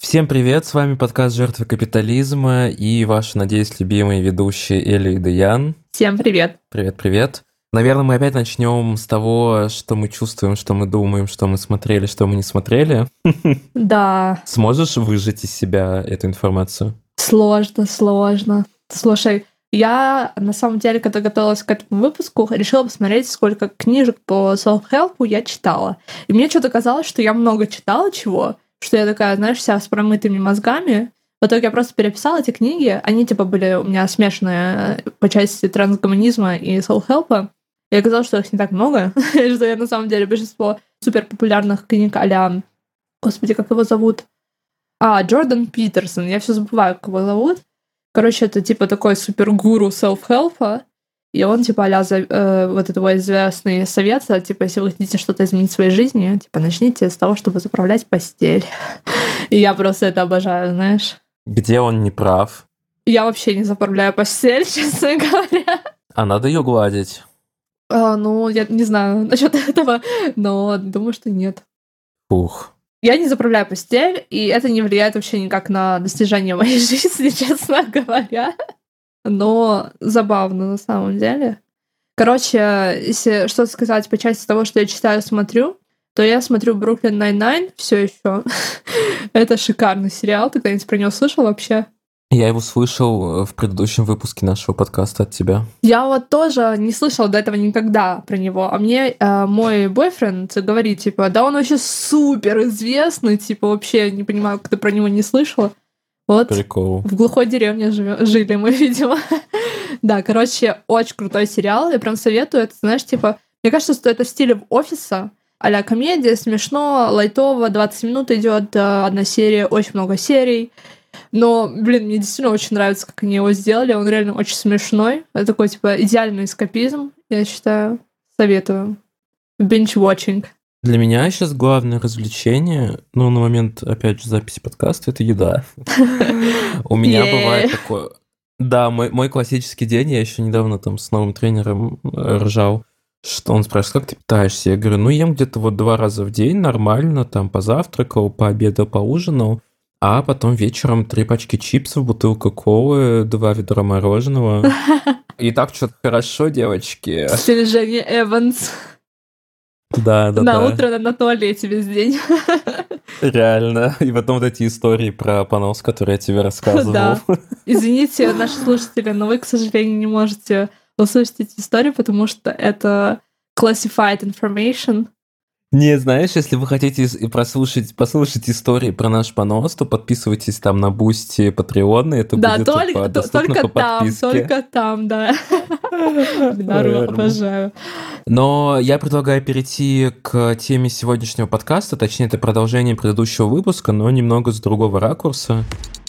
Всем привет, с вами подкаст «Жертвы капитализма» и ваши, надеюсь, любимые ведущие Эля и Даян. Всем привет. Привет. Наверное, мы опять начнем с того, что мы чувствуем, что мы думаем, что мы смотрели, что мы не смотрели. Да, Сможешь выжать из себя эту информацию? сложно. Слушай, я на самом деле, когда готовилась к этому выпуску, решила посмотреть, сколько книжек по self-help я читала. И мне что-то казалось, что я много читала чего, что я такая, знаешь, вся с промытыми мозгами. В итоге я просто переписала эти книги. Они типа были у меня смешанные по части трансгуманизма и self-help. И оказалось, что их не так много, что я на самом деле большинство супер популярных книг а-ля... Господи, как его зовут? Джордан Питерсон. Я все забываю, как его зовут. Короче, это типа такой супергуру self-help, и он типа вот этого известный совет, типа, если вы хотите что-то изменить в своей жизни, типа, начните с того, чтобы заправлять постель. И я просто это обожаю, знаешь. Где он не прав? Я вообще не заправляю постель, честно говоря. А надо ее гладить. Ну, я не знаю насчет этого, но думаю, что нет. Фух. Я не заправляю постель, и это не влияет вообще никак на достижение моей жизни, честно говоря. Но забавно на самом деле. Короче, если что-то сказать по части того, что я читаю, смотрю, то я смотрю «Бруклин Найн-Найн» все еще. Это шикарный сериал. Ты когда-нибудь про него слышал вообще? Я его слышал в предыдущем выпуске нашего подкаста от тебя. Я вот тоже не слышала до этого никогда про него. А мне мой бойфренд говорит, типа, да он вообще супер известный, типа, вообще не понимаю, как ты про него не слышала. Вот. Прикол. В глухой деревне жили мы, видимо. Да, короче, очень крутой сериал. Я прям советую. Это, знаешь, типа, мне кажется, что это в стиле «Офиса», а-ля комедия, смешно, лайтово, 20 минут идет одна серия, очень много серий. Но, блин, мне действительно очень нравится, как они его сделали. Он реально очень смешной. Это такой, типа, идеальный эскапизм, я считаю. Советую. Binge-watching. Для меня сейчас главное развлечение, на момент, опять же, записи подкаста, это еда. У меня бывает такое... Да, мой классический день, я еще недавно там с новым тренером ржал, что он спрашивает, как ты питаешься? Я говорю, ем где-то вот 2 раза в день, нормально, там позавтракал, пообедал, поужинал, а потом вечером 3 пачки чипсов, бутылка колы, 2 ведра мороженого. И так что-то хорошо, девочки. Стиль Жени Эванс. Да. На утро на туалете весь день. Реально. И потом вот эти истории про понос, которые я тебе рассказывал. Да. Извините, наши слушатели, но вы, к сожалению, не можете услышать эти истории, потому что это classified information. Не, знаешь, если вы хотите послушать истории про наш понос, то подписывайтесь там на Бусти, Патреоны, это будет доступно по подписке. Только там, да. Обожаю. Но я предлагаю перейти к теме сегодняшнего подкаста, точнее, это продолжение предыдущего выпуска, но немного с другого ракурса.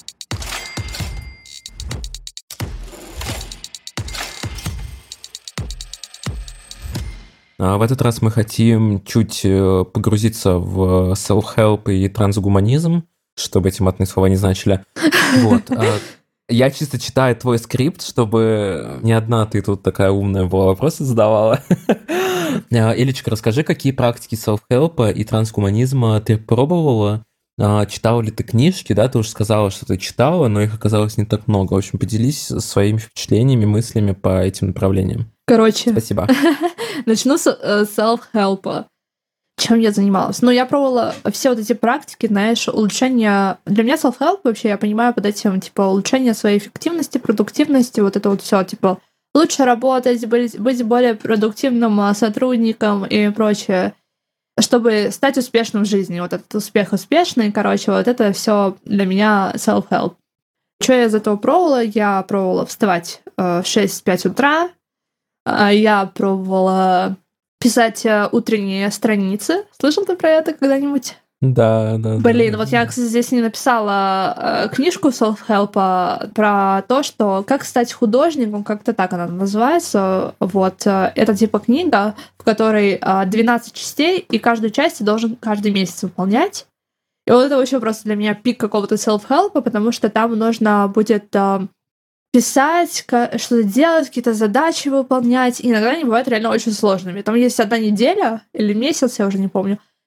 В этот раз мы хотим чуть погрузиться в self-help и трансгуманизм, чтобы эти матные слова не значили. Вот. Я чисто читаю твой скрипт, чтобы не одна ты тут такая умная была, вопросы задавала. Элечка, расскажи, какие практики self-help и трансгуманизма ты пробовала? Читала ли ты книжки, да? Ты уже сказала, что ты читала, но их оказалось не так много. В общем, поделись своими впечатлениями, мыслями по этим направлениям. Короче. Спасибо. Начну с self-help. Чем я занималась? Я пробовала все вот эти практики, знаешь, улучшение... Для меня self-help вообще, я понимаю под этим, типа, улучшение своей эффективности, продуктивности, вот это вот все, типа, лучше работать, быть более продуктивным сотрудником и прочее, чтобы стать успешным в жизни. Вот этот успех успешный, короче, вот это все для меня self-help. Что я из этого пробовала? Я пробовала вставать в 6-5 утра, я пробовала писать утренние страницы. Слышал ты про это когда-нибудь? Да. Блин, вот я, кстати, здесь не написала книжку self-help про то, что как стать художником, как-то так она называется. Вот, это типа книга, в которой 12 частей, и каждую часть ты должен каждый месяц выполнять. И вот это вообще просто для меня пик какого-то self-help, потому что там нужно будет писать, что-то делать, какие-то задачи выполнять. И иногда они бывают реально очень сложными. Там есть 1 неделя или месяц, я уже не помню,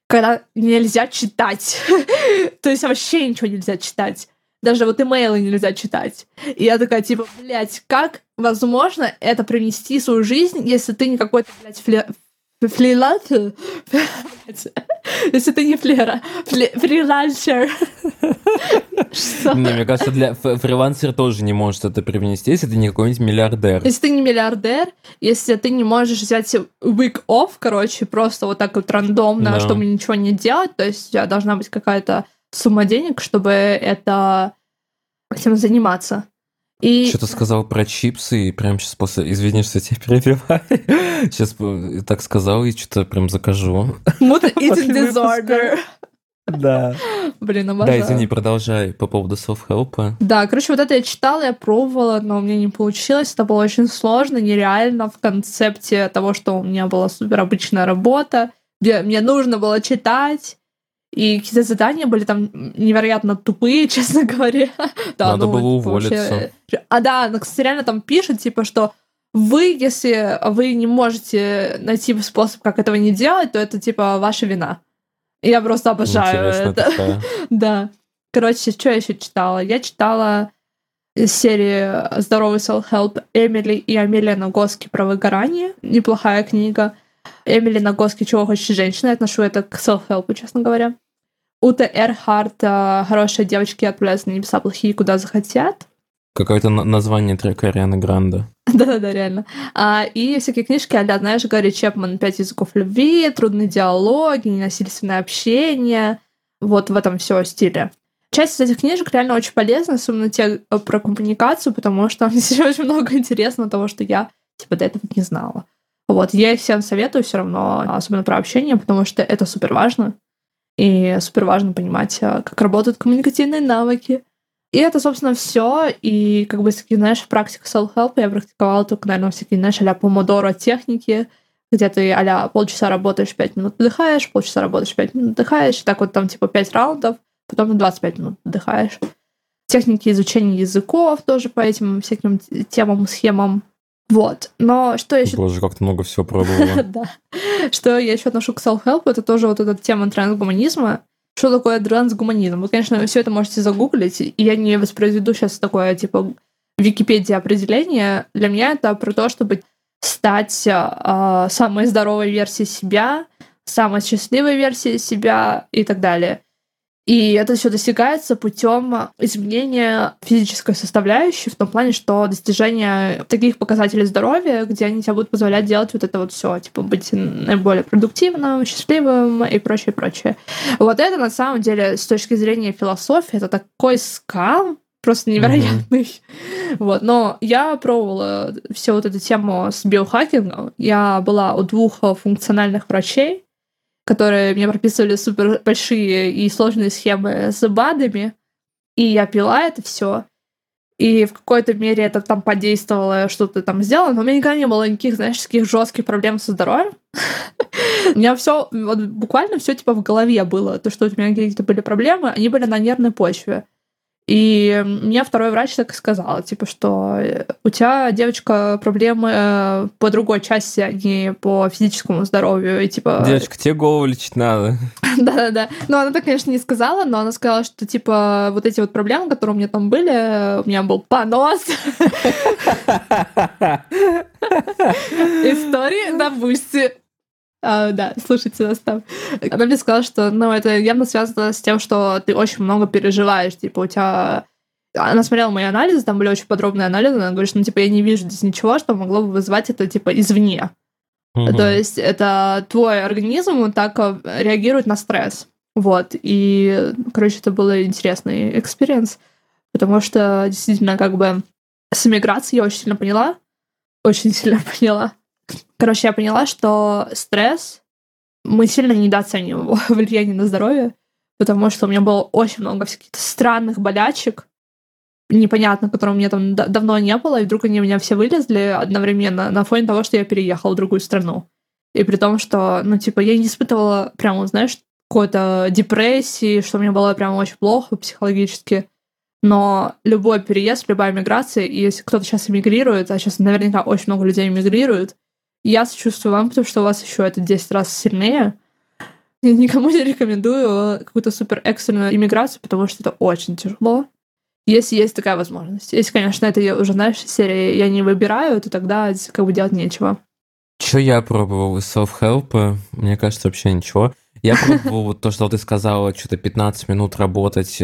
когда нельзя читать. То есть вообще ничего нельзя читать. Даже вот имейлы нельзя читать. И я такая, типа, блядь, как возможно это привнести в свою жизнь, если ты не какой-то, блядь, фрилансер? Если ты не фрилансер. Не, мне кажется, фрилансер тоже не может это привнести, если ты не какой-нибудь миллиардер. Если ты не миллиардер, если ты не можешь взять week off, короче, просто вот так вот рандомно, чтобы ничего не делать, то есть у тебя должна быть какая-то сумма денег, чтобы этим заниматься. И... Что-то сказал про чипсы, и прям сейчас после... Извини, что я тебя перебиваю. Сейчас так сказал, и что-то прям закажу. Mood eating disorder. Да. Блин, обожаю. Да, извини, продолжай по поводу self-help. Да, короче, вот это я читала, я пробовала, но у меня не получилось. Это было очень сложно, нереально в концепте того, что у меня была супер обычная работа, где мне нужно было читать, и какие-то задания были там невероятно тупые, честно говоря. Надо было уволиться. Да, но, кстати, реально там пишет, типа, что вы, если вы не можете найти способ, как этого не делать, то это, типа, ваша вина. Я просто обожаю это. Да. Короче, что я еще читала? Я читала из серии «Здоровый self-help» Эмили и Амелия Нагоски про выгорание. Неплохая книга. Эмили Нагоски «Чего хочет женщина». Я отношу это к self-help, честно говоря. Ута Эрхарт «Хорошие девочки отправляются на небеса, плохие куда захотят». Какое-то название трека Арианы Гранде. Да-да-да, реально. И всякие книжки а-ля, знаешь, Гарри Чепман «5 языков любви», «Трудные диалоги», «Ненасильственное общение». Вот в этом все стиле. Часть из этих книжек реально очень полезна, особенно те про коммуникацию, потому что здесь очень много интересного того, что я типа до этого не знала. Вот, я их всем советую все равно, особенно про общение, потому что это супер важно. И супер важно понимать, как работают коммуникативные навыки. И это, собственно, все. И, как бы, такие, знаешь, практика self-help я практиковала только, наверное, всякие, знаешь, а-ля помодоро техники, где ты а-ля полчаса работаешь, 5 минут отдыхаешь, полчаса работаешь, 5 минут отдыхаешь, и так вот там, типа, 5 раундов, потом на 25 минут отдыхаешь. Техники изучения языков тоже по этим всяким темам, схемам. Вот. Но что я еще... Боже, как ты много всего пробовала. Да. Что я еще отношу к self-help, это тоже вот эта тема трансгуманизма. Что такое трансгуманизм? Вы, конечно, все это можете загуглить, и я не воспроизведу сейчас такое, типа, Википедия определение. Для меня это про то, чтобы стать самой здоровой версией себя, самой счастливой версией себя и так далее. И это все достигается путем изменения физической составляющей, в том плане, что достижение таких показателей здоровья, где они тебе будут позволять делать вот это вот все, типа быть наиболее продуктивным, счастливым и прочее, прочее. Вот это на самом деле с точки зрения философии это такой скам, просто невероятный. Вот. Но я пробовала всю вот эту тему с биохакингом. Я была у 2 функциональных врачей, которые мне прописывали супер большие и сложные схемы с БАДами, и я пила это все. И в какой-то мере это там подействовало, что-то там сделала, но у меня никогда не было никаких, знаешь, таких жестких проблем со здоровьем. У меня все, вот буквально все типа в голове было. То, что у меня какие-то были проблемы, они были на нервной почве. И мне второй врач так и сказал, типа, что у тебя, девочка, проблемы по другой части, а не по физическому здоровью. И, типа... Девочка, тебе голову лечить надо. Да-да-да. Но она так, конечно, не сказала, но она сказала, что, типа, вот эти вот проблемы, которые у меня там были, у меня был понос. Истории на Бусти. Да, слушайте нас там. Она мне сказала, что это явно связано с тем, что ты очень много переживаешь. Типа, у тебя... Она смотрела мои анализы, там были очень подробные анализы, она говорит, что, типа, я не вижу здесь ничего, что могло бы вызвать это, типа, извне. То есть это твой организм, он так реагирует на стресс. Вот. И, короче, это был интересный экспириенс, потому что, действительно, как бы с эмиграцией я очень сильно поняла. Короче, я поняла, что стресс, мы сильно недооцениваем его влияние на здоровье, потому что у меня было очень много всяких странных болячек, непонятно, которых у меня там давно не было, и вдруг они у меня все вылезли одновременно на фоне того, что я переехала в другую страну. И при том, что, я не испытывала прямо, знаешь, какой-то депрессии, что мне было прямо очень плохо психологически. Но любой переезд, любая миграция, и если кто-то сейчас эмигрирует, а сейчас наверняка очень много людей эмигрируют, я сочувствую вам, потому что у вас еще это 10 раз сильнее. Я никому не рекомендую какую-то супер экстренную иммиграцию, потому что это очень тяжело. Если есть такая возможность. Если, конечно, это уже, знаешь, серия «я не выбираю», то тогда как бы делать нечего. Что я пробовал из self-help? Мне кажется, вообще ничего. Я пробовал вот то, что ты сказала, что-то 15 минут работать,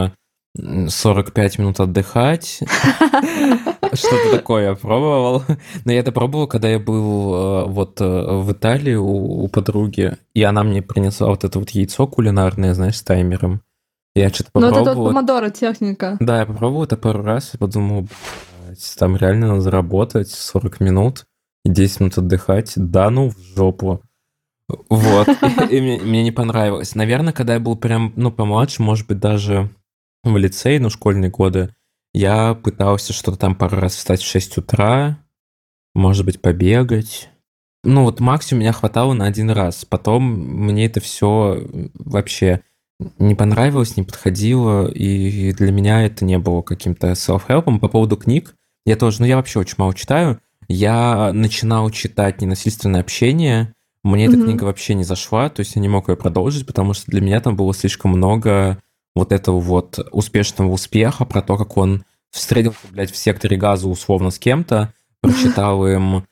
45 минут отдыхать. Что-то такое я пробовал. Но я это пробовал, когда я был вот в Италии у подруги, и она мне принесла вот это вот яйцо кулинарное, знаешь, с таймером. Я что-то Ну, вот попробовал. это вот помодоро техника. Да, я попробовал это пару раз и подумал, блядь, там реально надо заработать 40 минут и 10 минут отдыхать. Да ну в жопу. Вот. И мне не понравилось. Наверное, когда я был прям, помладше, может быть, даже в лицее, школьные годы, я пытался что-то там пару раз встать в 6 утра, может быть, побегать. Вот максимум меня хватало на один раз. Потом мне это все вообще не понравилось, не подходило, и для меня это не было каким-то self-help'ом. По поводу книг, я тоже, я вообще очень мало читаю. Я начинал читать «Ненасильственное общение», мне эта книга вообще не зашла, то есть я не мог ее продолжить, потому что для меня там было слишком много вот этого вот успешного успеха, про то, как он встретился, блядь, в секторе Газа условно с кем-то, прочитал им,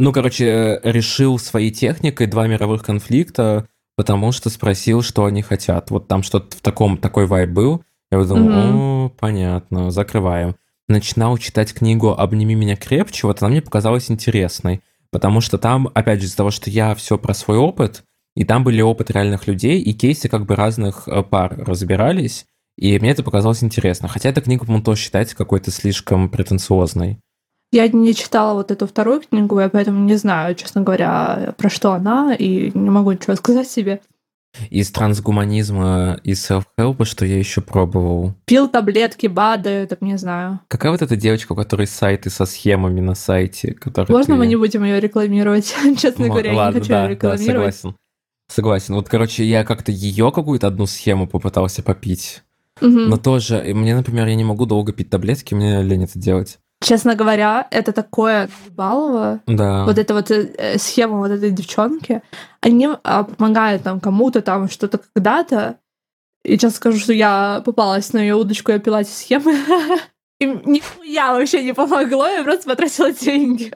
решил своей техникой 2 мировых конфликта, потому что спросил, что они хотят. Вот там что-то такой вайб был. Я думал, понятно, закрываем. Начинал читать книгу «Обними меня крепче», вот она мне показалась интересной, потому что там, опять же, из-за того, что я все про свой опыт, и там были опыт реальных людей, и кейсы как бы разных пар разбирались, и мне это показалось интересно. Хотя эта книга, по-моему, тоже считается какой-то слишком претенциозной. Я не читала вот эту вторую книгу, я поэтому не знаю, честно говоря, про что она, и не могу ничего сказать себе. Из трансгуманизма и self-help, что я еще пробовал? Пил таблетки, БАДы, так не знаю. Какая вот эта девочка, у которой сайты со схемами на сайте? Можно мы не будем ее рекламировать? Честно говоря, я не хочу ее рекламировать. Да, согласен. Вот, я как-то ее какую-то одну схему попытался попить. Но тоже, мне, например, я не могу долго пить таблетки, мне лень это делать. Честно говоря, это такое балово. Да. Вот эта вот схема вот этой девчонки, они помогают там кому-то там что-то когда-то. И сейчас скажу, что я попалась на ее удочку, я пила эти схемы. И нихуя вообще не помогло, я просто потратила деньги.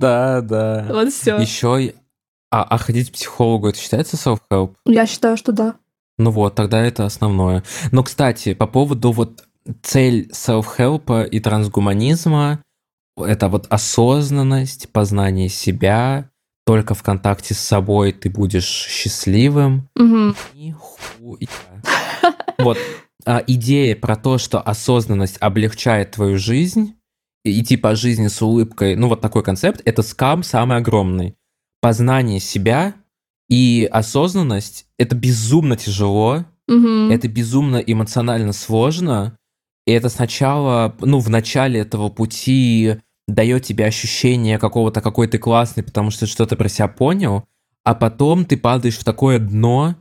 Да. Вот все. Еще ходить к психологу, это считается self-help? Я считаю, что да. Тогда это основное. Но, кстати, по поводу вот цель self-help и трансгуманизма, это вот осознанность, познание себя, только в контакте с собой ты будешь счастливым. Нихуя. Вот. Идея про то, что осознанность облегчает твою жизнь, идти по жизни с улыбкой, вот такой концепт, это скам самый огромный. Познание себя и осознанность — это безумно тяжело, это безумно эмоционально сложно, и это сначала, в начале этого пути дает тебе ощущение какой ты классный, потому что что-то про себя понял, а потом ты падаешь в такое дно,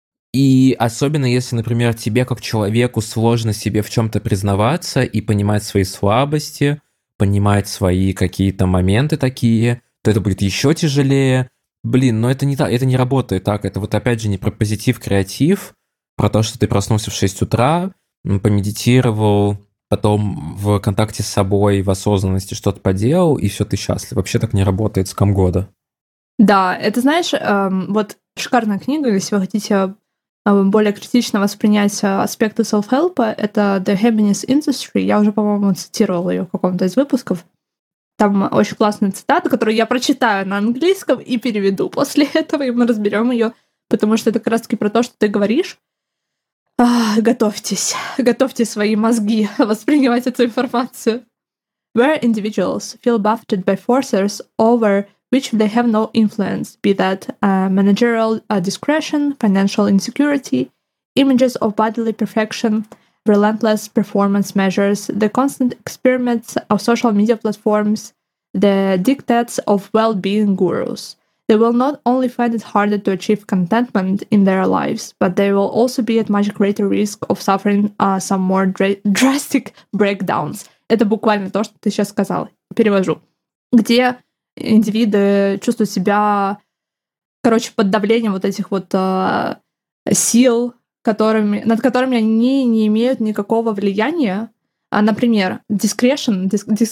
и особенно если, например, тебе как человеку сложно себе в чем-то признаваться и понимать свои слабости, понимать свои какие-то моменты такие, то это будет еще тяжелее. Но это не так, это не работает так. Это вот опять же не про позитив, креатив, про то, что ты проснулся в 6 утра, помедитировал, потом в контакте с собой, в осознанности что-то поделал, и все, ты счастлив. Вообще так не работает скам года. Да, это, знаешь, вот шикарная книга, если вы хотите более критично воспринять аспекты self-help, это The Happiness Industry. Я уже, по-моему, цитировала ее в каком-то из выпусков. Там очень классная цитата, которую я прочитаю на английском и переведу после этого, и мы разберем ее, потому что это как раз-таки про то, что ты говоришь. Готовьте свои мозги воспринимать эту информацию. Where individuals feel buffeted by forces over which they have no influence, be that managerial discretion, financial insecurity, images of bodily perfection, relentless performance measures, the constant experiments of social media platforms, the dictates of well-being gurus. They will not only find it harder to achieve contentment in their lives, but they will also be at much greater risk of suffering some more drastic breakdowns. Это буквально то, что ты сейчас сказала. Перевожу. Где индивиды чувствуют себя, под давлением вот этих вот сил, над которыми они не имеют никакого влияния. Например, discretion,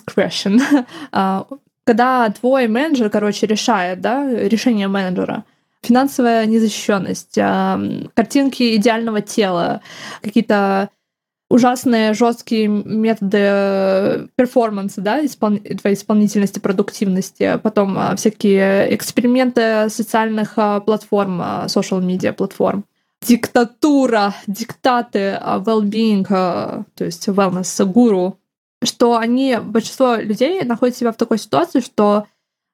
когда твой менеджер, решает, да, решение менеджера, финансовая незащищенность, картинки идеального тела, какие-то ужасные жесткие методы перформанса, да, твоей исполнительности, продуктивности, потом всякие эксперименты социальных платформ, social media платформ, диктатура, диктаты, well-being, то есть wellness, гуру, что большинство людей находят себя в такой ситуации, что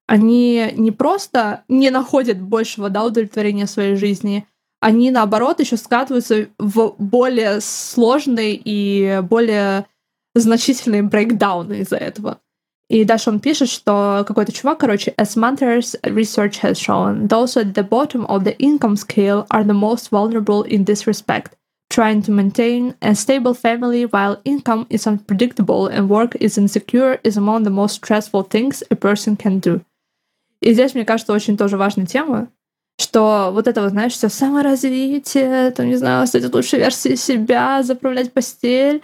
они не просто не находят большего, да, удовлетворения в своей жизни, они, наоборот, еще скатываются в более сложные и более значительные брейкдауны из-за этого. И дальше он пишет, что какой-то чувак, as Mantra's research has shown, those at the bottom of the income scale are the most vulnerable in this respect. Trying to maintain a stable family while income is unpredictable and work is insecure is among the most stressful things a person can do. И здесь, мне кажется, очень тоже важная тема, что вот это, знаешь, все саморазвитие, там, не знаю, стать лучшей версией себя, заправлять постель,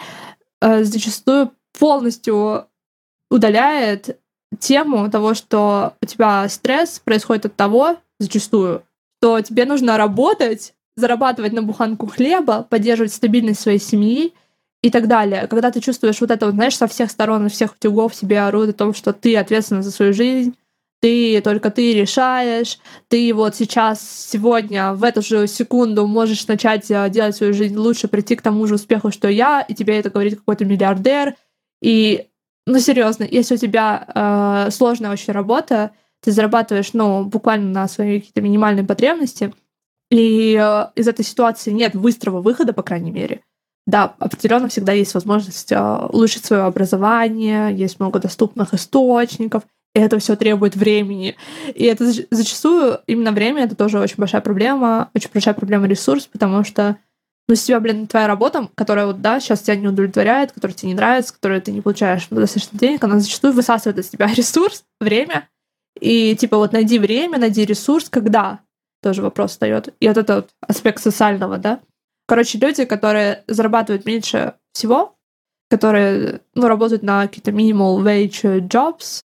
зачастую полностью удаляет тему того, что у тебя стресс происходит от того, зачастую, что тебе нужно работать, зарабатывать на буханку хлеба, поддерживать стабильность своей семьи и так далее. Когда ты чувствуешь вот это, вот, знаешь, со всех сторон, из всех утюгов тебе орут о том, что ты ответственна за свою жизнь, только ты решаешь, ты вот сейчас, сегодня, в эту же секунду можешь начать делать свою жизнь лучше, прийти к тому же успеху, что я, и тебе это говорит какой-то миллиардер. И, серьезно, если у тебя сложная очень работа, ты зарабатываешь, буквально на свои какие-то минимальные потребности, и из этой ситуации нет быстрого выхода, по крайней мере. Да, определенно всегда есть возможность улучшить свое образование, есть много доступных источников, и это все требует времени. И это зачастую именно время — это тоже очень большая проблема ресурс, потому что, если у тебя, твоя работа, которая сейчас тебя не удовлетворяет, которая тебе не нравится, которой ты не получаешь достаточно денег, она зачастую высасывает из тебя ресурс, время. И найди время, найди ресурс, когда тоже вопрос встает. И вот этот аспект социального, да. Люди, которые зарабатывают меньше всего, которые, работают на какие-то minimal wage jobs.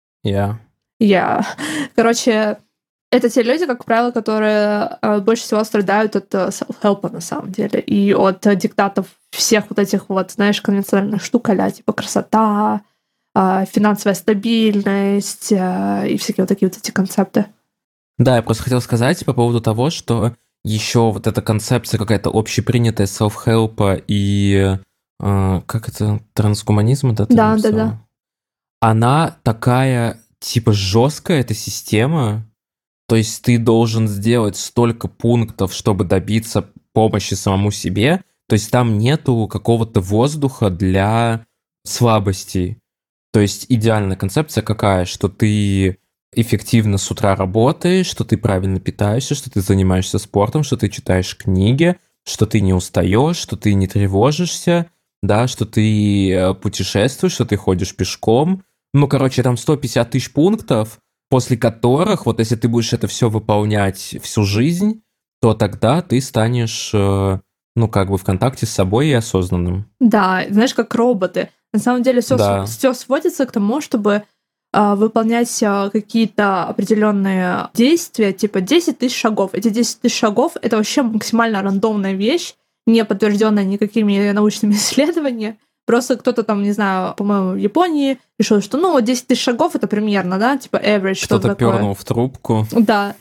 Это те люди, как правило, которые больше всего страдают от self-help на самом деле и от диктатов всех вот этих знаешь, конвенциональных штук, красота, финансовая стабильность и всякие вот такие вот эти концепты. Да, я просто хотел сказать по поводу того, что еще вот эта концепция какая-то общепринятая self-help и трансгуманизм, да? Да. Она такая, жесткая, эта система. То есть ты должен сделать столько пунктов, чтобы добиться помощи самому себе. То есть там нету какого-то воздуха для слабостей. То есть идеальная концепция какая? Что ты эффективно с утра работаешь, что ты правильно питаешься, что ты занимаешься спортом, что ты читаешь книги, что ты не устаешь, что ты не тревожишься, да, что ты путешествуешь, что ты ходишь пешком. Там 150 тысяч пунктов, после которых, если ты будешь это все выполнять всю жизнь, то тогда ты станешь, в контакте с собой и осознанным. Да, знаешь, как роботы. На самом деле все сводится к тому, чтобы выполнять какие-то определенные действия, 10 тысяч шагов. Эти 10 тысяч шагов — это вообще максимально рандомная вещь, не подтвержденная никакими научными исследованиями. Просто кто-то там, не знаю, по-моему, в Японии решил, что 10 тысяч шагов — это примерно, да, average. Кто-то пернул в трубку. Да.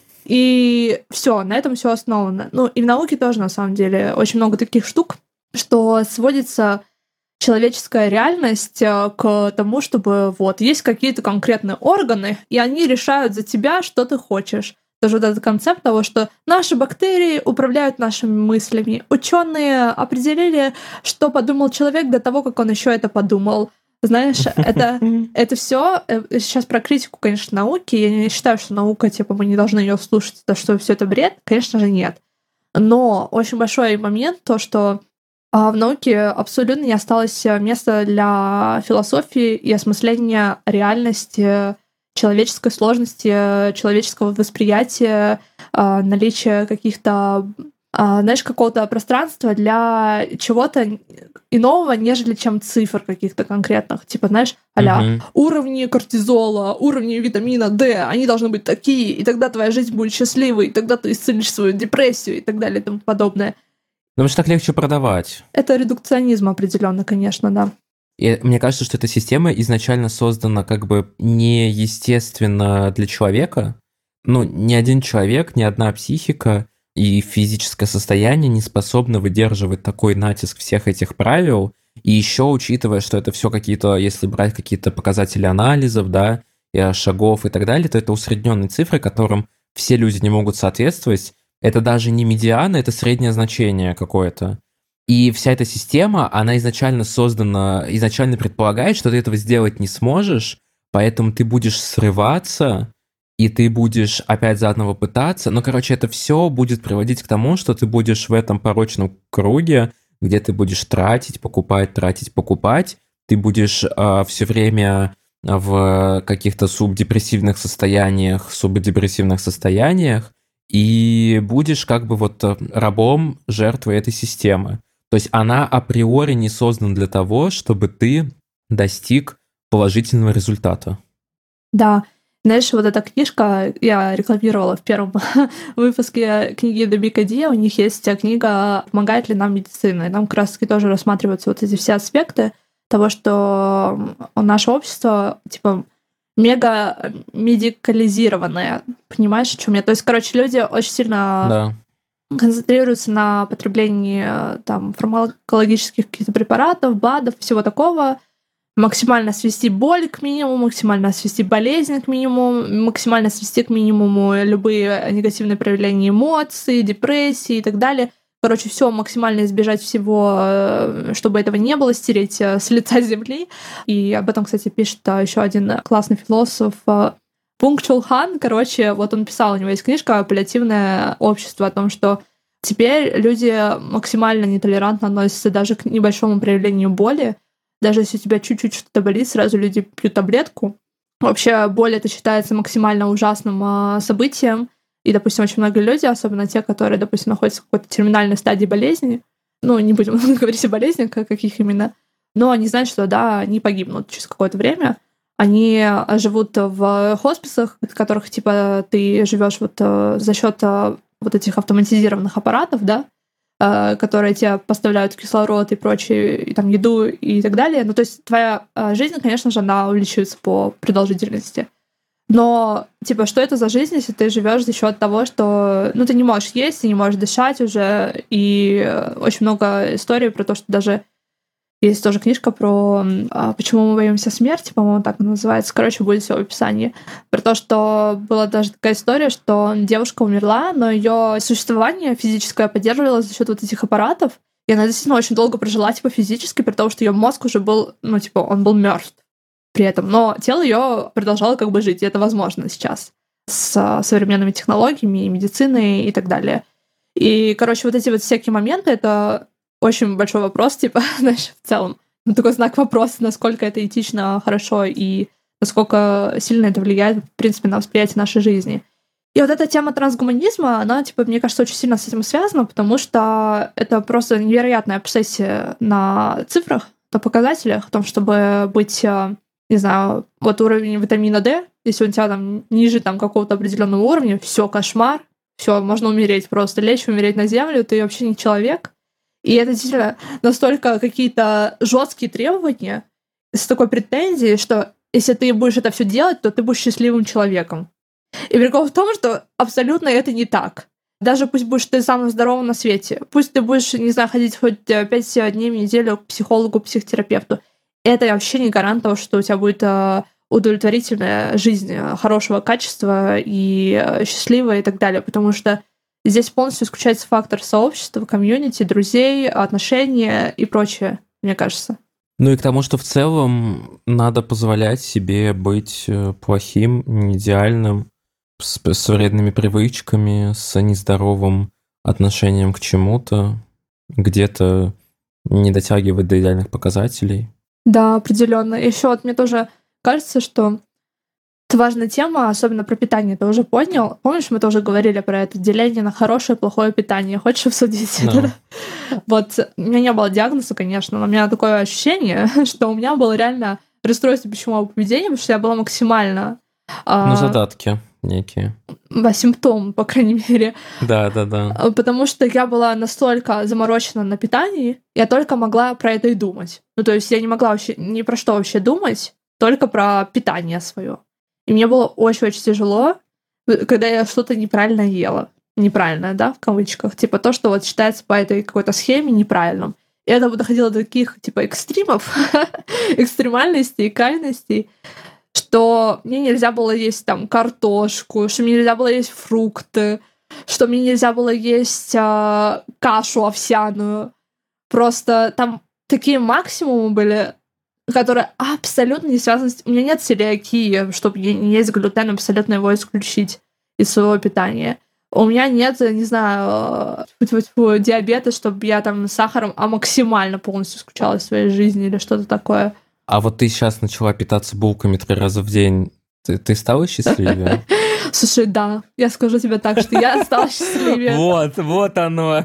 И все, на этом все основано. И в науке тоже, на самом деле, очень много таких штук, что сводится человеческая реальность к тому, чтобы есть какие-то конкретные органы, и они решают за тебя, что ты хочешь. Тоже этот концепт того, что наши бактерии управляют нашими мыслями. Ученые определили, что подумал человек до того, как он еще это подумал. Знаешь, это все сейчас про критику, конечно, науки. Я не считаю, что наука, мы не должны ее слушать, что все это бред. Конечно же, нет. Но очень большой момент то, что в науке абсолютно не осталось места для философии и осмысления реальности, человеческой сложности, человеческого восприятия, наличия каких-то знаешь, какого-то пространства для чего-то иного, нежели чем цифр каких-то конкретных. Типа, знаешь, Мгм. уровни кортизола, уровни витамина D, они должны быть такие, и тогда твоя жизнь будет счастливой, и тогда ты исцелишь свою депрессию и так далее и тому подобное. Потому что так легче продавать. Это редукционизм определенно, конечно, да. И мне кажется, что эта система изначально создана как бы неестественно для человека. Ну, ни один человек, ни одна психика и физическое состояние не способны выдерживать такой натиск всех этих правил. И еще учитывая, что это все какие-то, если брать какие-то показатели анализов, да, и шагов и так далее, то это усредненные цифры, которым все люди не могут соответствовать. Это даже не медиана, это среднее значение какое-то. И вся эта система, она изначально создана, изначально предполагает, что ты этого сделать не сможешь, поэтому ты будешь срываться, и ты будешь опять заново пытаться. Но, короче, это все будет приводить к тому, что ты будешь в этом порочном круге, где ты будешь тратить, покупать, ты будешь все время в каких-то субдепрессивных состояниях, и будешь как бы вот рабом, жертвой этой системы. То есть она априори не создана для того, чтобы ты достиг положительного результата. Да. Знаешь, вот эта книжка, я рекламировала в первом выпуске книги The Big Idea, у них есть книга «Помогает ли нам медицина?». И там как раз-таки тоже рассматриваются вот эти все аспекты того, что наше общество, типа, мега медикализированное. Понимаешь, о чем я? То есть, короче, люди очень сильно концентрируются на потреблении там фармакологических каких-то препаратов, БАДов, всего такого, максимально свести боль к минимуму, максимально свести болезнь к минимуму, максимально свести к минимуму любые негативные проявления эмоций, депрессии и так далее. Короче, все максимально избежать всего, чтобы этого не было, стереть с лица земли. И об этом, кстати, пишет еще один классный философ Пунг Чул Хан. Короче, вот он писал, у него есть книжка «Паллиативное общество», о том, что теперь люди максимально нетолерантно относятся даже к небольшому проявлению боли. Даже если у тебя чуть-чуть что-то болит, сразу люди пьют таблетку. Вообще боль это считается максимально ужасным событием. И, допустим, очень многие люди, особенно те, которые, допустим, находятся в какой-то терминальной стадии болезни, ну, не будем говорить о болезнях, каких именно, но они знают, что, да, они погибнут через какое-то время. Они живут в хосписах, в которых, типа, ты живешь вот за счет вот этих автоматизированных аппаратов, да, которые тебе поставляют кислород и прочее, и там еду и так далее. Ну, то есть твоя жизнь, конечно же, она увеличивается по продолжительности. Но, типа, что это за жизнь, если ты живешь за счет того, что, ну, ты не можешь есть, ты не можешь дышать уже, и очень много историй про то, что даже есть тоже книжка про «Почему мы боимся смерти», по-моему, так она называется. Короче, будет все в описании. Про то, что была даже такая история, что девушка умерла, но ее существование физическое поддерживалось за счет вот этих аппаратов, и она действительно очень долго прожила, типа, физически, при том, что ее мозг уже был, ну, типа, он был мертв при этом. Но тело ее продолжало как бы жить, и это возможно сейчас с современными технологиями, и медициной и так далее. И, короче, вот эти вот всякие моменты — это очень большой вопрос, типа, знаешь, в целом. Ну, такой знак вопроса, насколько это этично, хорошо, и насколько сильно это влияет, в принципе, на восприятие нашей жизни. И вот эта тема трансгуманизма, она, типа, мне кажется, очень сильно с этим связана, потому что это просто невероятная обсессия на цифрах, на показателях, о том, чтобы быть, не знаю, вот уровень витамина D, если у тебя там ниже там какого-то определенного уровня, все кошмар, все можно умереть, просто лечь, умереть на землю, ты вообще не человек. И это действительно настолько какие-то жесткие требования с такой претензией, что если ты будешь это все делать, то ты будешь счастливым человеком. И прикол в том, что абсолютно это не так. Даже пусть будешь ты самым здоровым на свете, пусть ты будешь, не знаю, ходить хоть 5 дней в неделю к психологу, психотерапевту, это вообще не гарант того, что у тебя будет удовлетворительная жизнь хорошего качества и счастливая и так далее, потому что здесь полностью исключается фактор сообщества, комьюнити, друзей, отношения и прочее, мне кажется. Ну и к тому, что в целом надо позволять себе быть плохим, не идеальным, с вредными привычками, с нездоровым отношением к чему-то, где-то не дотягивать до идеальных показателей. Да, определенно. Еще вот мне тоже кажется, что Это важная тема, особенно про питание. Ты уже понял? Помнишь, мы тоже говорили про это деление на хорошее и плохое питание? Хочешь обсудить это? Вот у меня не было диагноза, конечно, но у меня такое ощущение, что у меня было реально расстройство пищевого поведения, потому что я была максимально... задатки некие. Симптом, по крайней мере. Да. Потому что я была настолько заморочена на питании, я только могла про это и думать. Ну, то есть я не могла вообще ни про что вообще думать, только про питание свое. И мне было очень-очень тяжело, когда я что-то неправильно ела. Неправильное, да, в кавычках. Типа то, что вот считается по этой какой-то схеме неправильным. И это доходило до таких, типа, экстримов, экстремальностей и крайностей, что мне нельзя было есть там картошку, что мне нельзя было есть фрукты, что мне нельзя было есть кашу овсяную. Просто там такие максимумы были, которые абсолютно не связаны с... У меня нет целиакии, чтобы не есть глютен, абсолютно его исключить из своего питания. У меня нет, не знаю, диабета, чтобы я там с сахаром максимально полностью исключала из своей жизни или что-то такое. А вот ты сейчас начала питаться булками 3 раза в день. Ты стала счастливее? Слушай, да, я скажу тебе так, что я стала счастливее. Вот оно.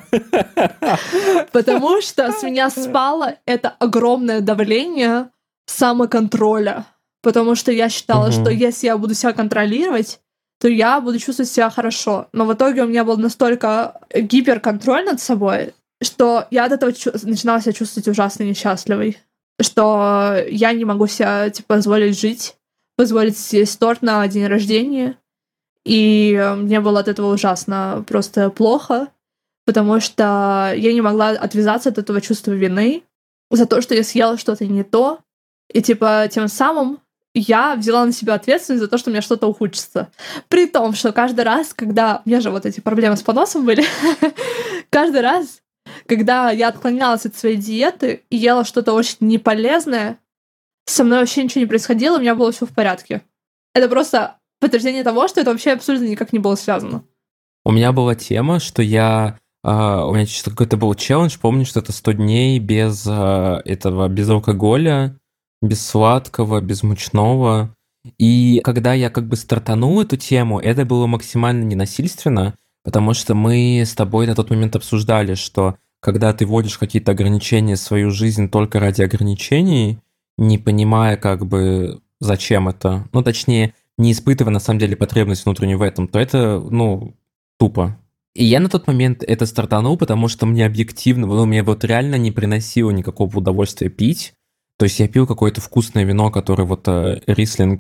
Потому что с меня спало это огромное давление самоконтроля. Потому что я считала, что если я буду себя контролировать, то я буду чувствовать себя хорошо. Но в итоге у меня был настолько гиперконтроль над собой, что я от этого начинала себя чувствовать ужасно несчастливой. Что я не могу себе позволить жить, позволить съесть торт на день рождения. И мне было от этого ужасно просто плохо, потому что я не могла отвязаться от этого чувства вины за то, что я съела что-то не то. И тем самым я взяла на себя ответственность за то, что у меня что-то ухудшится. При том, что каждый раз, когда... У меня же вот эти проблемы с поносом были. Каждый раз, когда я отклонялась от своей диеты и ела что-то очень неполезное, со мной вообще ничего не происходило, у меня было все в порядке. Это просто подтверждение того, что это вообще абсолютно никак не было связано. У меня была тема, что у меня какой-то был челлендж, помню, что это 100 дней без без алкоголя, без сладкого, без мучного. И когда я стартанул эту тему, это было максимально ненасильственно, потому что мы с тобой на тот момент обсуждали, что когда ты вводишь какие-то ограничения в свою жизнь только ради ограничений, не понимая зачем это, точнее, не испытывая на самом деле потребность внутреннюю в этом, то это, тупо. И я на тот момент это стартанул, потому что мне объективно, мне реально не приносило никакого удовольствия пить. То есть я пил какое-то вкусное вино, которое рислинг,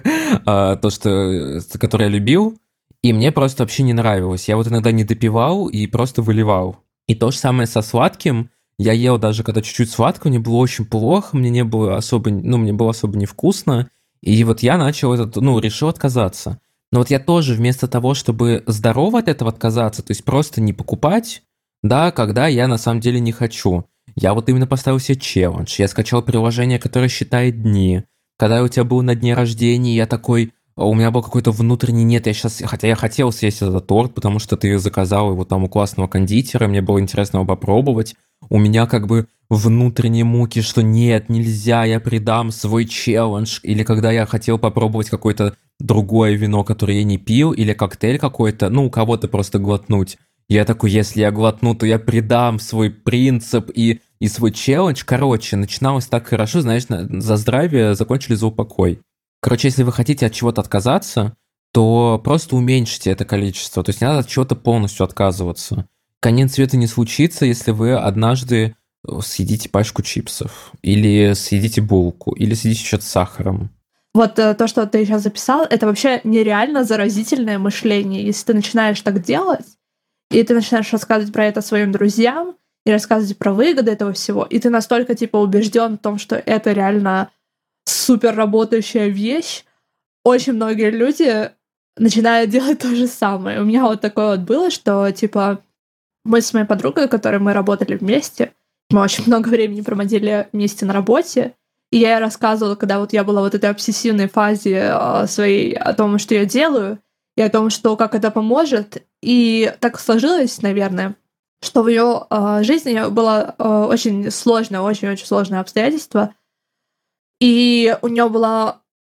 которое я любил, и мне просто вообще не нравилось. Я иногда не допивал и просто выливал. И то же самое со сладким. Я ел даже когда чуть-чуть сладкого, мне было очень плохо, мне было особо невкусно. И я начал решил отказаться. Но я тоже вместо того, чтобы здорово от этого отказаться, то есть просто не покупать, да, когда я на самом деле не хочу. Я именно поставил себе челлендж. Я скачал приложение, которое считает дни. Когда у тебя был на дне рождения, я такой... У меня был какой-то внутренний нет, хотя я хотел съесть этот торт, потому что ты заказал его там у классного кондитера, мне было интересно его попробовать. У меня внутренние муки, что нет, нельзя, я предам свой челлендж. Или когда я хотел попробовать какое-то другое вино, которое я не пил, или коктейль какой-то, у кого-то просто глотнуть. Я такой, если я глотну, то я предам свой принцип и свой челлендж. Короче, начиналось так хорошо, знаешь, за здравие, закончили за упокой. Короче, если вы хотите от чего-то отказаться, то просто уменьшите это количество. То есть не надо от чего-то полностью отказываться. Конец света не случится, если вы однажды съедите пачку чипсов, или съедите булку, или съедите что-то с сахаром. Вот то, что ты сейчас записал, это вообще нереально заразительное мышление. Если ты начинаешь так делать, и ты начинаешь рассказывать про это своим друзьям, и рассказывать про выгоды этого всего, и ты настолько убежден в том, что это реально супер работающая вещь, очень многие люди начинают делать то же самое. У меня такое было, что мы с моей подругой, которой мы работали вместе, мы очень много времени проводили вместе на работе, и я ей рассказывала, когда я была в этой обсессивной фазе своей о том, что я делаю, и о том, как это поможет. И так сложилось, наверное, что в ее жизни было очень сложное, очень-очень сложное обстоятельство. И у нее была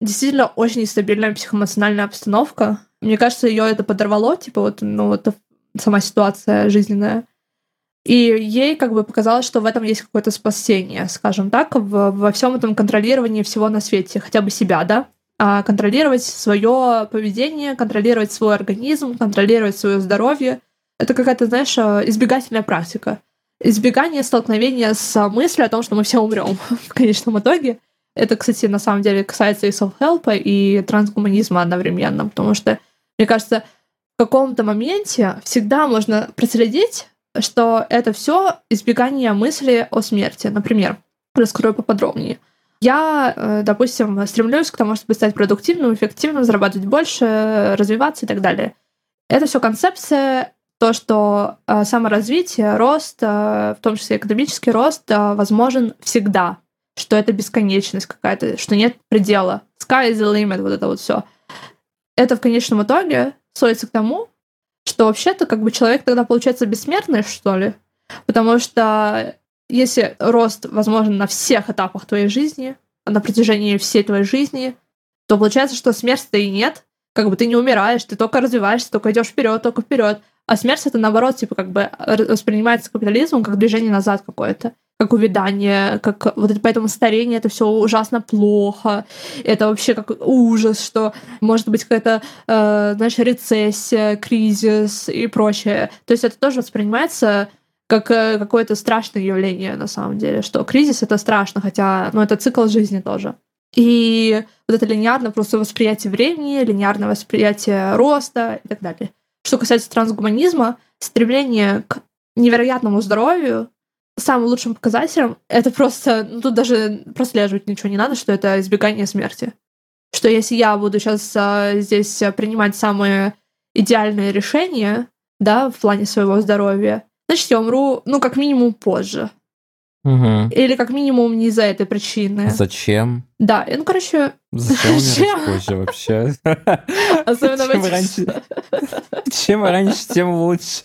действительно очень нестабильная психоэмоциональная обстановка. Мне кажется, ее это подорвало, типа вот, ну, вот сама ситуация жизненная. И ей как бы показалось, что в этом есть какое-то спасение, скажем так, во всем этом контролировании всего на свете, хотя бы себя, да? Контролировать свое поведение, контролировать свой организм, контролировать свое здоровье. Это какая-то, знаешь, избегательная практика. Избегание столкновения с мыслью о том, что мы все умрем в конечном итоге. Это, кстати, на самом деле касается и self-help, и трансгуманизма одновременно, потому что, мне кажется, в каком-то моменте всегда можно проследить, что это все избегание мысли о смерти. Например, раскрою поподробнее. Я, допустим, стремлюсь к тому, чтобы стать продуктивным, эффективным, зарабатывать больше, развиваться и так далее. Это все концепция, то, что саморазвитие, рост, в том числе экономический рост, возможен всегда, что это бесконечность какая-то, что нет предела. Sky is the limit, вот это вот все. Это в конечном итоге сводится к тому, что вообще-то как бы человек тогда получается бессмертный, что ли? Потому что если рост возможен на всех этапах твоей жизни, на протяжении всей твоей жизни, то получается, что смерти-то и нет. Как бы ты не умираешь, ты только развиваешься, только идешь вперед, только вперед. А смерть это наоборот, типа, как бы воспринимается капитализмом как движение назад какое-то, как увядание, как вот это, поэтому старение это все ужасно плохо. Это вообще как ужас, что может быть какая-то, знаешь, рецессия, кризис и прочее. То есть это тоже воспринимается как какое-то страшное явление на самом деле, что кризис это страшно, хотя, ну, это цикл жизни тоже. И вот это линейное просто восприятие времени, линейное восприятие роста и так далее. Что касается трансгуманизма, стремление к невероятному здоровью, самым лучшим показателем это просто, ну, тут даже прослеживать ничего не надо, что это избегание смерти. Что если я буду сейчас здесь принимать самые идеальные решения, да, в плане своего здоровья, значит, я умру, ну, как минимум позже. Угу. Или как минимум не из-за этой причины. Зачем? Да, ну, короче... Зачем умирать позже вообще? Особенно в эти... Чем раньше, тем лучше.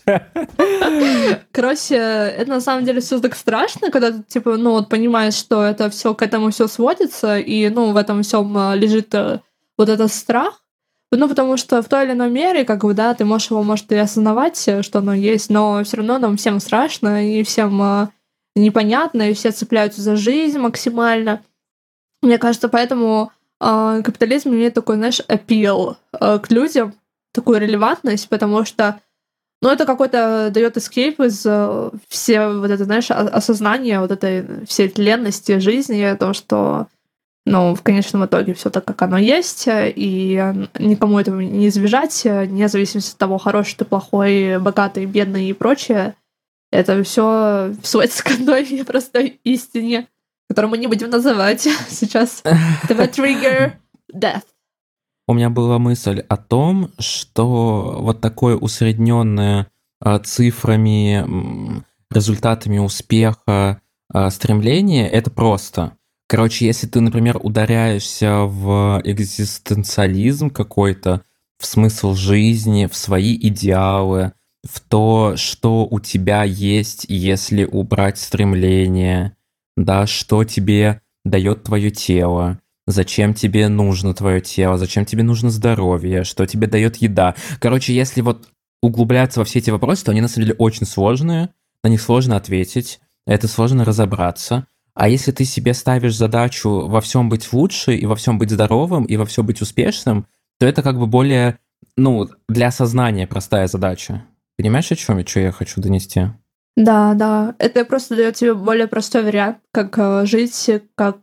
Короче, это на самом деле все так страшно, когда ты, типа, ну, вот понимаешь, что это все к этому все сводится, и, ну, в этом всем лежит вот этот страх. Ну, потому что в той или иной мере, как бы, да, ты можешь его, может, и осознавать, что оно есть, но все равно нам всем страшно, и всем непонятно, и все цепляются за жизнь максимально. Мне кажется, поэтому капитализм имеет такой, знаешь, appeal к людям, такую релевантность, потому что, ну, это какой-то дает эскейп из все вот это, знаешь, осознание вот этой всей тленности жизни, о том, что, ну, в конечном итоге все так, как оно есть, и никому этого не избежать, вне зависимости от того, хороший ты, плохой, богатый, бедный и прочее. Это все сводится к одной простой истине, которую мы не будем называть сейчас. Это trigger death. У меня была мысль о том, что вот такое усредненное цифрами, результатами успеха стремление — это просто. Короче, если ты, например, ударяешься в экзистенциализм какой-то, в смысл жизни, в свои идеалы, в то, что у тебя есть, если убрать стремление, да, что тебе дает твое тело, зачем тебе нужно твое тело, зачем тебе нужно здоровье, что тебе дает еда. Короче, если вот углубляться во все эти вопросы, то они на самом деле очень сложные, на них сложно ответить, это сложно разобраться. А если ты себе ставишь задачу во всем быть лучше, и во всем быть здоровым, и во всем быть успешным, то это как бы более, ну, для сознания простая задача. Понимаешь, о чем что я хочу донести? Да, да. Это просто дает тебе более простой вариант, как жить, как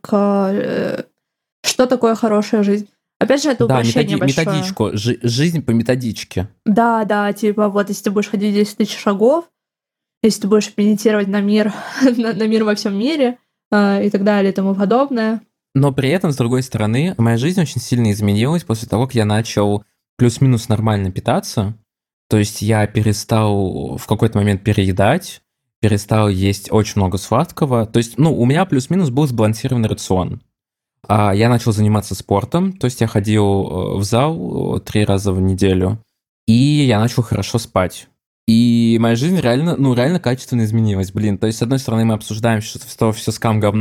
что такое хорошая жизнь. Опять же, это упрощение большое. Методичку. Жизнь по методичке. Да, да, типа вот если ты будешь ходить 10 тысяч шагов, если ты будешь медитировать на мир, на мир во всем мире и так далее и тому подобное. Но при этом, с другой стороны, моя жизнь очень сильно изменилась после того, как я начал плюс-минус нормально питаться. То есть я перестал в какой-то момент переедать, перестал есть очень много сладкого. То есть, ну, у меня плюс-минус был сбалансированный рацион. Я начал заниматься спортом, то есть я ходил в зал 3 раза в неделю, и я начал хорошо спать. И моя жизнь реально качественно изменилась, блин. То есть, с одной стороны, мы обсуждаем, что все скам говно,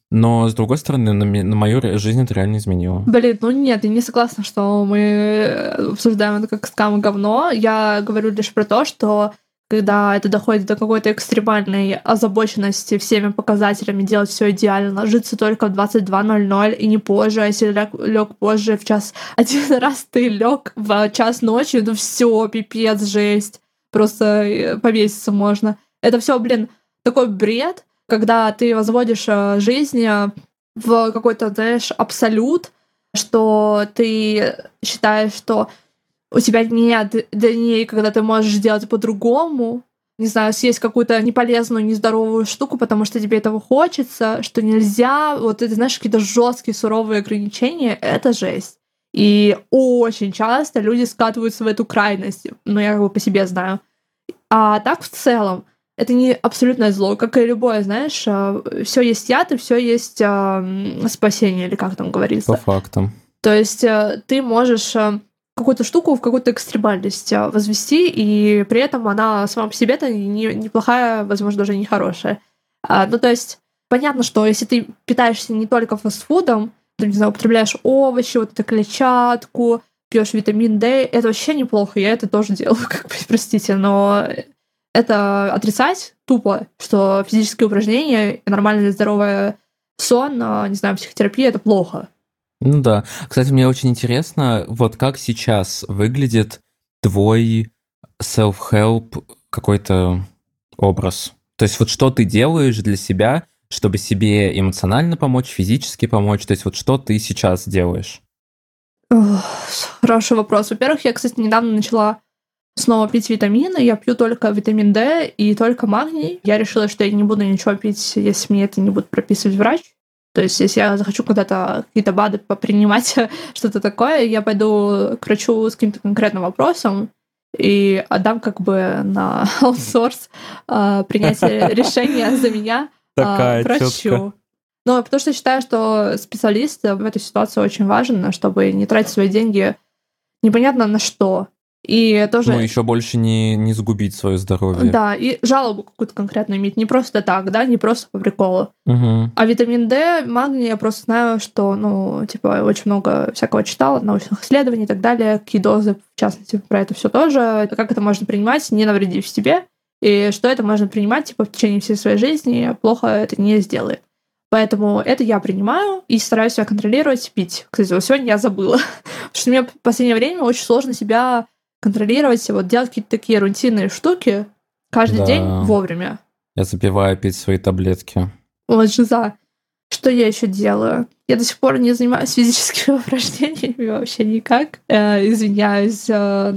Но, с другой стороны, на мою жизнь это реально изменило. Блин, ну нет, я не согласна, что мы обсуждаем это как скам и говно. Я говорю лишь про то, что когда это доходит до какой-то экстремальной озабоченности всеми показателями, делать все идеально, ложиться только в 22:00 и не позже, а если лег позже в час. Один раз ты лег в час ночи, ну все, пипец, жесть. Просто повеситься можно. Это все, блин, такой бред, когда ты возводишь жизнь в какой-то, знаешь, абсолют, что ты считаешь, что у тебя нет дней, когда ты можешь сделать по-другому, не знаю, съесть какую-то неполезную, нездоровую штуку, потому что тебе этого хочется, что нельзя, вот это, знаешь, какие-то жесткие, суровые ограничения, это жесть. И очень часто люди скатываются в эту крайность, но я как бы по себе знаю. А так в целом, это не абсолютное зло, как и любое, знаешь, все есть яд и все есть спасение, или как там говорится. По фактам. То есть ты можешь какую-то штуку в какую-то экстремальность возвести, и при этом она сама по себе-то неплохая, возможно, даже не хорошая. Ну, то есть понятно, что если ты питаешься не только фастфудом, ты, не знаю, употребляешь овощи, вот эту клетчатку, пьешь витамин D, это вообще неплохо, я это тоже делаю, как бы, простите, но это отрицать тупо, что физические упражнения, нормальный здоровый сон, не знаю, психотерапия — это плохо. Ну да. Кстати, мне очень интересно, вот как сейчас выглядит твой self-help какой-то образ. То есть вот что ты делаешь для себя, чтобы себе эмоционально помочь, физически помочь? То есть вот что ты сейчас делаешь? Хороший вопрос. Во-первых, я, кстати, недавно начала снова пить витамины. Я пью только витамин D и только магний. Я решила, что я не буду ничего пить, если мне это не будет прописывать врач. То есть, если я захочу когда-то какие-то БАДы попринимать, что-то такое, я пойду к врачу с каким-то конкретным вопросом и отдам как бы на аутсорс принятие решения за меня врачу. Но потому что я считаю, что специалист в этой ситуации очень важен, чтобы не тратить свои деньги непонятно на что. И тоже... Ну, еще больше не загубить свое здоровье. Да, и жалобу какую-то конкретную иметь. Не просто так, да, не просто по приколу. Угу. А витамин D, магний, я просто знаю, что, ну, типа, очень много всякого читала, научных исследований и так далее, какие дозы, в частности, про это все тоже, как это можно принимать, не навредив себе, и что это можно принимать, типа, в течение всей своей жизни, плохо это не сделает. Поэтому это я принимаю и стараюсь себя контролировать, пить. Кстати, вот сегодня я забыла, потому что мне в последнее время очень сложно себя контролировать, вот делать какие-то такие рутинные штуки каждый день вовремя. Я забиваю пить свои таблетки. Вот жиза. Что я еще делаю? Я до сих пор не занимаюсь физическими упражнениями вообще никак. Извиняюсь,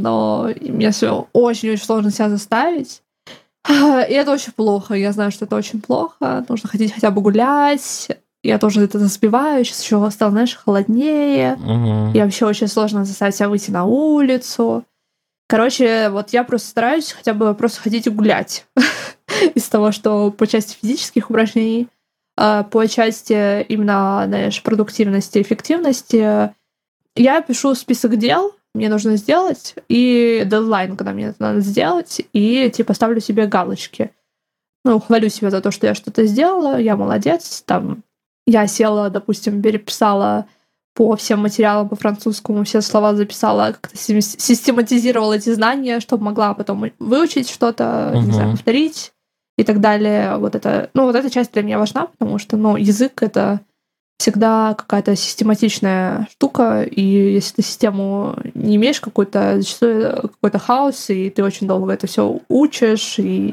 но мне все очень-очень сложно себя заставить. И это очень плохо. Я знаю, что это очень плохо. Нужно ходить хотя бы гулять. Я тоже это забиваю. Сейчас еще стало, знаешь, холоднее. Угу. И вообще очень сложно заставить себя выйти на улицу. Короче, вот я просто стараюсь хотя бы просто ходить и гулять. Из того, что по части физических упражнений, по части именно, знаешь, продуктивности, эффективности, я пишу список дел, мне нужно сделать, и дедлайн, когда мне это надо сделать, и типа ставлю себе галочки. Ну, хвалю себя за то, что я что-то сделала, я молодец, там, я села, допустим, переписала по всем материалам по французскому, все слова записала, как-то систематизировала эти знания, чтобы могла потом выучить что-то, не знаю, повторить и так далее. Вот это, ну, вот эта часть для меня важна, потому что, ну, язык — это всегда какая-то систематичная штука, и если ты систему не имеешь какой-то, зачастую какой-то хаос, и ты очень долго это все учишь, и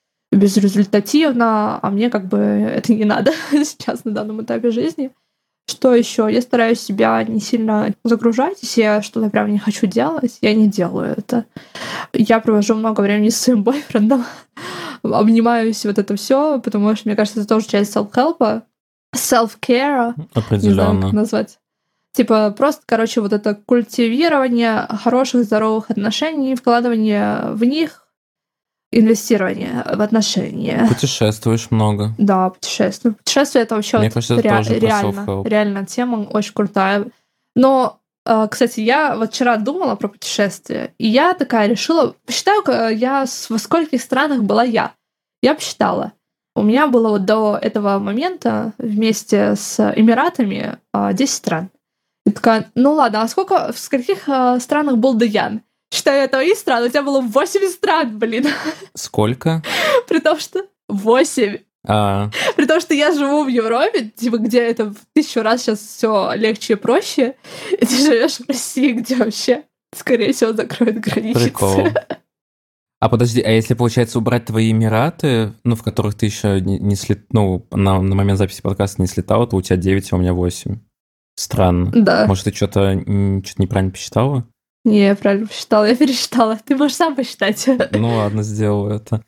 безрезультативно, а мне как бы это не надо сейчас на данном этапе жизни. Что еще? Я стараюсь себя не сильно загружать. Если я что-то прям не хочу делать, я не делаю это. Я провожу много времени с своим бойфрендом, обнимаюсь, вот это все, потому что, мне кажется, это тоже часть self-help, self-care, определенно. Не знаю, как назвать. Типа просто, короче, вот это культивирование хороших, здоровых отношений, вкладывание в них, инвестирование в отношения. Путешествуешь много. Да, путешествую. Путешествие — это вообще Мне кажется, это тоже реально тема очень крутая. Но, кстати, я вот вчера думала про путешествия, и я такая решила, посчитаю, я во скольких странах была я. Я посчитала. У меня было вот до этого момента вместе с Эмиратами 10 стран. И такая, ну ладно, в скольких странах был Даян? Считая твои страны, у тебя было 8 стран, блин. Сколько? При том, что 8. При том, что я живу в Европе, типа, где это в 1000 раз сейчас все легче и проще, и ты живешь в России, где вообще, скорее всего, закроют границы. Прикол. А подожди, а если, получается, убрать твои Эмираты, ну, в которых ты еще не слетал, ну, на момент записи подкаста не слетала, то у тебя 9, а у меня 8. Странно. Да. Может, ты что-то неправильно посчитала? Не, я правильно посчитала, я пересчитала. Ты можешь сам посчитать. Ну ладно, сделаю это.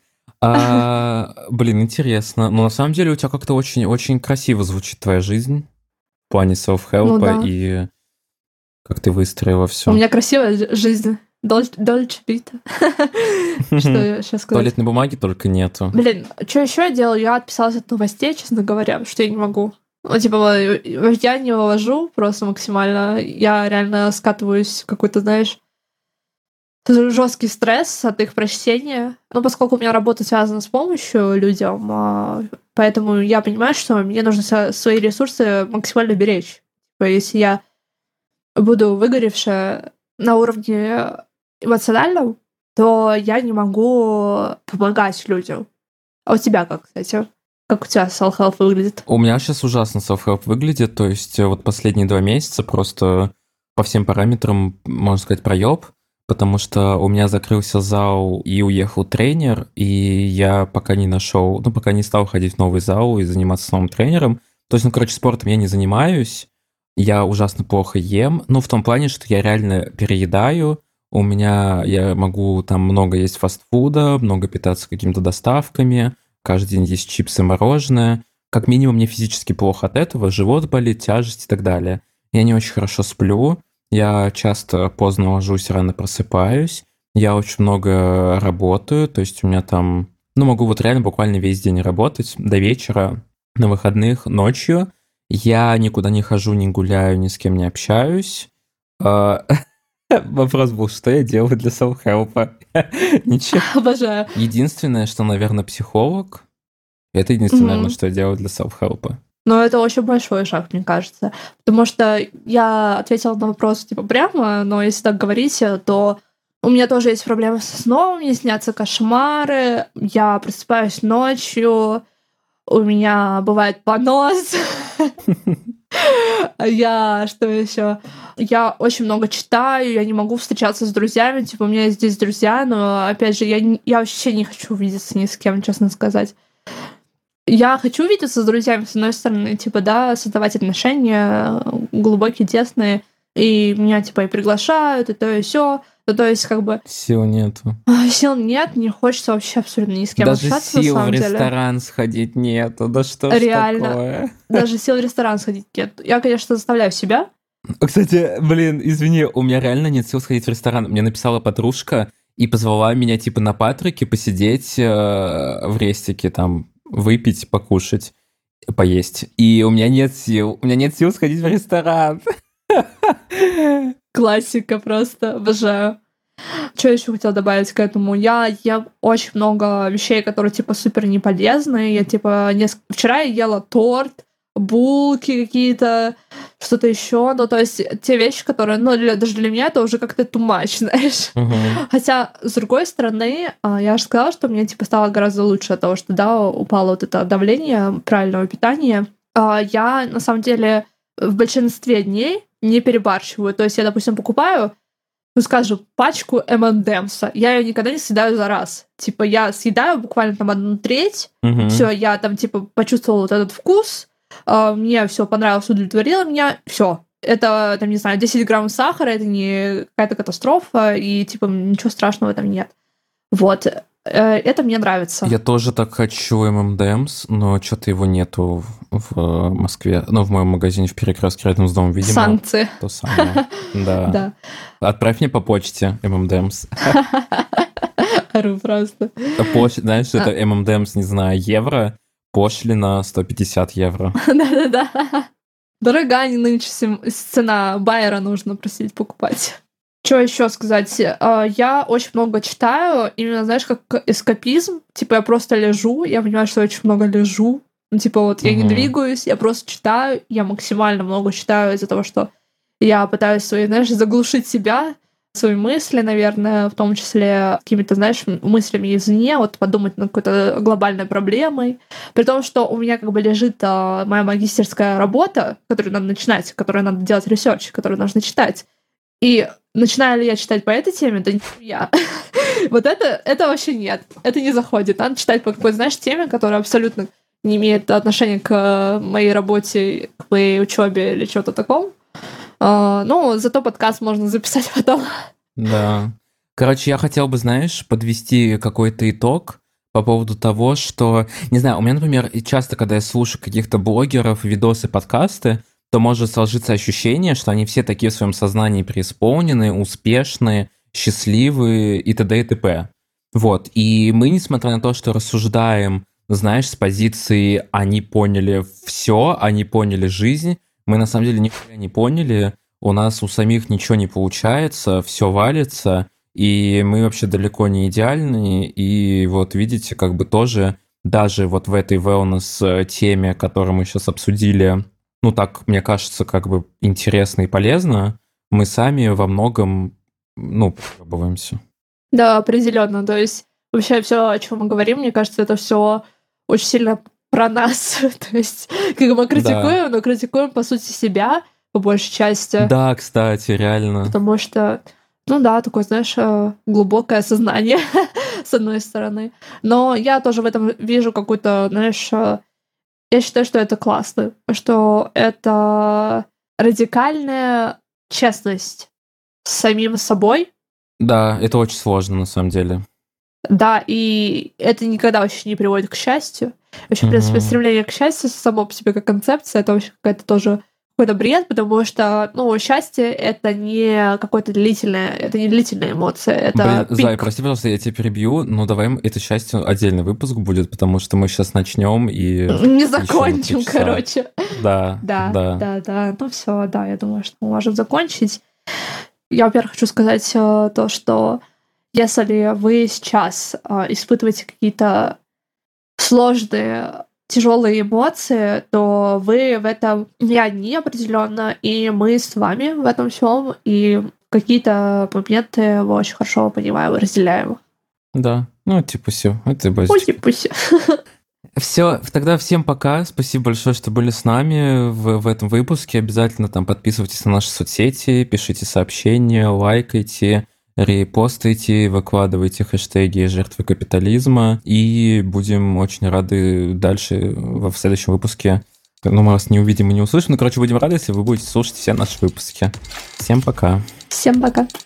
Блин, интересно. Но на самом деле у тебя как-то очень-очень красиво звучит твоя жизнь в плане self-help, Ну да. и как ты выстроила все. У меня красивая жизнь. Дольче Вита. Что я сейчас сказать? Туалетной бумаги только нету. Блин, что еще я делала? Я отписалась от новостей, честно говоря, что я не могу. Ну, типа, я не вывожу просто максимально. Я реально скатываюсь в какой-то, знаешь, жесткий стресс от их прочтения. Ну, поскольку у меня работа связана с помощью людям, поэтому я понимаю, что мне нужно свои ресурсы максимально беречь. Типа, если я буду выгоревшая на уровне эмоциональном, то я не могу помогать людям. А у тебя как, кстати? Как у тебя self-help выглядит? У меня сейчас ужасно self-help выглядит, то есть вот последние 2 месяца просто по всем параметрам, можно сказать, проеб, потому что у меня закрылся зал и уехал тренер, и я пока не стал ходить в новый зал и заниматься с новым тренером. То есть, спортом я не занимаюсь, я ужасно плохо ем, в том плане, что я реально переедаю, я могу там много есть фастфуда, много питаться какими-то доставками, каждый день есть чипсы, мороженое. Как минимум, мне физически плохо от этого, живот болит, тяжесть и так далее. Я не очень хорошо сплю, я часто поздно ложусь, рано просыпаюсь, я очень много работаю, то есть у меня там, могу вот реально буквально весь день работать до вечера, на выходных, ночью. Я никуда не хожу, не гуляю, ни с кем не общаюсь. Вопрос был, что я делаю для self-help? Ничего. Обожаю. Единственное, что, наверное, психолог. Это единственное, наверное, что я делаю для self-help. Но это очень большой шаг, мне кажется. Потому что я ответила на вопрос типа прямо, но если так говорить, то у меня тоже есть проблемы со сном, мне снятся кошмары, я просыпаюсь ночью, у меня бывает понос. Что еще? Я очень много читаю, я не могу встречаться с друзьями. Типа, у меня здесь друзья, но, опять же, я вообще не хочу увидеться ни с кем, честно сказать. Я хочу видеться с друзьями, с одной стороны, типа, да, создавать отношения глубокие, тесные, и меня, типа, и приглашают, и то, и сё. Ну, то есть, как бы... Сил нету. Сил нет, не хочется вообще абсолютно ни с кем даже общаться, на сил самом в деле. ресторан сходить нету, да что ж Реально. такое? Даже сил в ресторан сходить нет. Я, конечно, заставляю себя. Кстати, блин, извини, у меня реально нет сил сходить в ресторан. Мне написала подружка и позвала меня, типа, на Патрике посидеть в рестике, там, выпить, покушать, поесть. И у меня нет сил. У меня нет сил сходить в ресторан. Классика просто, обожаю. Что еще хотела добавить к этому? Я ем очень много вещей, которые, типа, супер неполезные. Я, типа, вчера я ела торт, булки какие-то, что-то еще. Ну, то есть те вещи, которые, даже для меня это уже как-то too much, знаешь. Хотя, с другой стороны, я же сказала, что мне, типа, стало гораздо лучше от того, что, да, упало вот это давление правильного питания. Я, на самом деле, в большинстве дней не перебарщиваю. То есть я, допустим, покупаю, скажем, пачку M&M's. Я ее никогда не съедаю за раз. Типа, я съедаю буквально там 1/3. Все, я там, типа, почувствовала вот этот вкус, мне все понравилось, удовлетворило меня, все. Это, там, не знаю, 10 грамм сахара, это не какая-то катастрофа, и, типа, ничего страшного в этом нет. Вот. Это мне нравится. Я тоже так хочу M&M's, но что-то его нету в Москве. В моем магазине в Перекрестке рядом с домом, видимо. Санкции. То самое. Да. Отправь мне по почте M&M's. Ору просто. Знаешь, это M&M's, не знаю, евро, пошлина 150 евро. Да-да-да. Дорогая нынче цена, байера нужно просить покупать. Что еще сказать? Я очень много читаю, именно, знаешь, как эскапизм. Типа, я просто лежу, я понимаю, что я очень много лежу. Ну, типа, вот я не двигаюсь, я просто читаю. Я максимально много читаю из-за того, что я пытаюсь свои, знаешь, заглушить себя, свои мысли, наверное, в том числе какими-то, знаешь, мыслями извне, вот подумать над какой-то глобальной проблемой. При том, что у меня как бы лежит моя магистерская работа, которую надо начинать, которую надо делать ресерч, которую нужно читать. И начинаю ли я читать по этой теме? Да нихуя. Вот это вообще нет. Это не заходит. Надо читать по какой-то, знаешь, теме, которая абсолютно не имеет отношения к моей работе, к моей учебе или чего-то такому. Ну, зато подкаст можно записать потом. Да. Короче, я хотел бы, знаешь, подвести какой-то итог по поводу того, что, не знаю, у меня, например, часто, когда я слушаю каких-то блогеров, видосы, подкасты, то может сложиться ощущение, что они все такие в своем сознании преисполненные, успешные, счастливые и т.д. и т.п. Вот. И мы, несмотря на то, что рассуждаем, знаешь, с позиции «они поняли все, они поняли жизнь», мы на самом деле нихуя не поняли, у нас у самих ничего не получается, все валится, и мы вообще далеко не идеальны, и вот видите, как бы тоже даже вот в этой wellness-теме, которую мы сейчас обсудили, ну так, мне кажется, как бы интересно и полезно, мы сами во многом, пробуемся. Да, определенно. То есть вообще все, о чем мы говорим, мне кажется, это все очень сильно про нас. То есть как мы критикуем, но критикуем, по сути, себя, по большей части. Да, кстати, реально. Потому что, ну да, такое, знаешь, глубокое сознание, с одной стороны. Но я тоже в этом вижу какую-то, знаешь, я считаю, что это классно, что это радикальная честность с самим собой. Да, это очень сложно, на самом деле. Да, и это никогда вообще не приводит к счастью. Вообще, в принципе, стремление к счастью само по себе как концепция, это вообще какая-то тоже какой-то бред, потому что, счастье — это не какое-то длительное, это не длительная эмоция, это Блин, Зай, прости, пожалуйста, я тебя перебью, но давай это счастье отдельный выпуск будет, потому что мы сейчас начнем и... Не закончим, короче. Да. Ну все, да, я думаю, что мы можем закончить. Я, во-первых, хочу сказать то, что если вы сейчас испытываете какие-то сложные, тяжелые эмоции, то вы в этом не одни определенно, и мы с вами в этом всем, и какие-то моменты мы очень хорошо понимаем и разделяем. Да, все, это Пусть. Все, тогда всем пока. Спасибо большое, что были с нами в этом выпуске. Обязательно там подписывайтесь на наши соцсети, пишите сообщения, лайкайте, репостайте, выкладывайте хэштеги «Жертвы капитализма». И будем очень рады дальше в следующем выпуске. Мы вас не увидим и не услышим. Будем рады, если вы будете слушать все наши выпуски. Всем пока. Всем пока.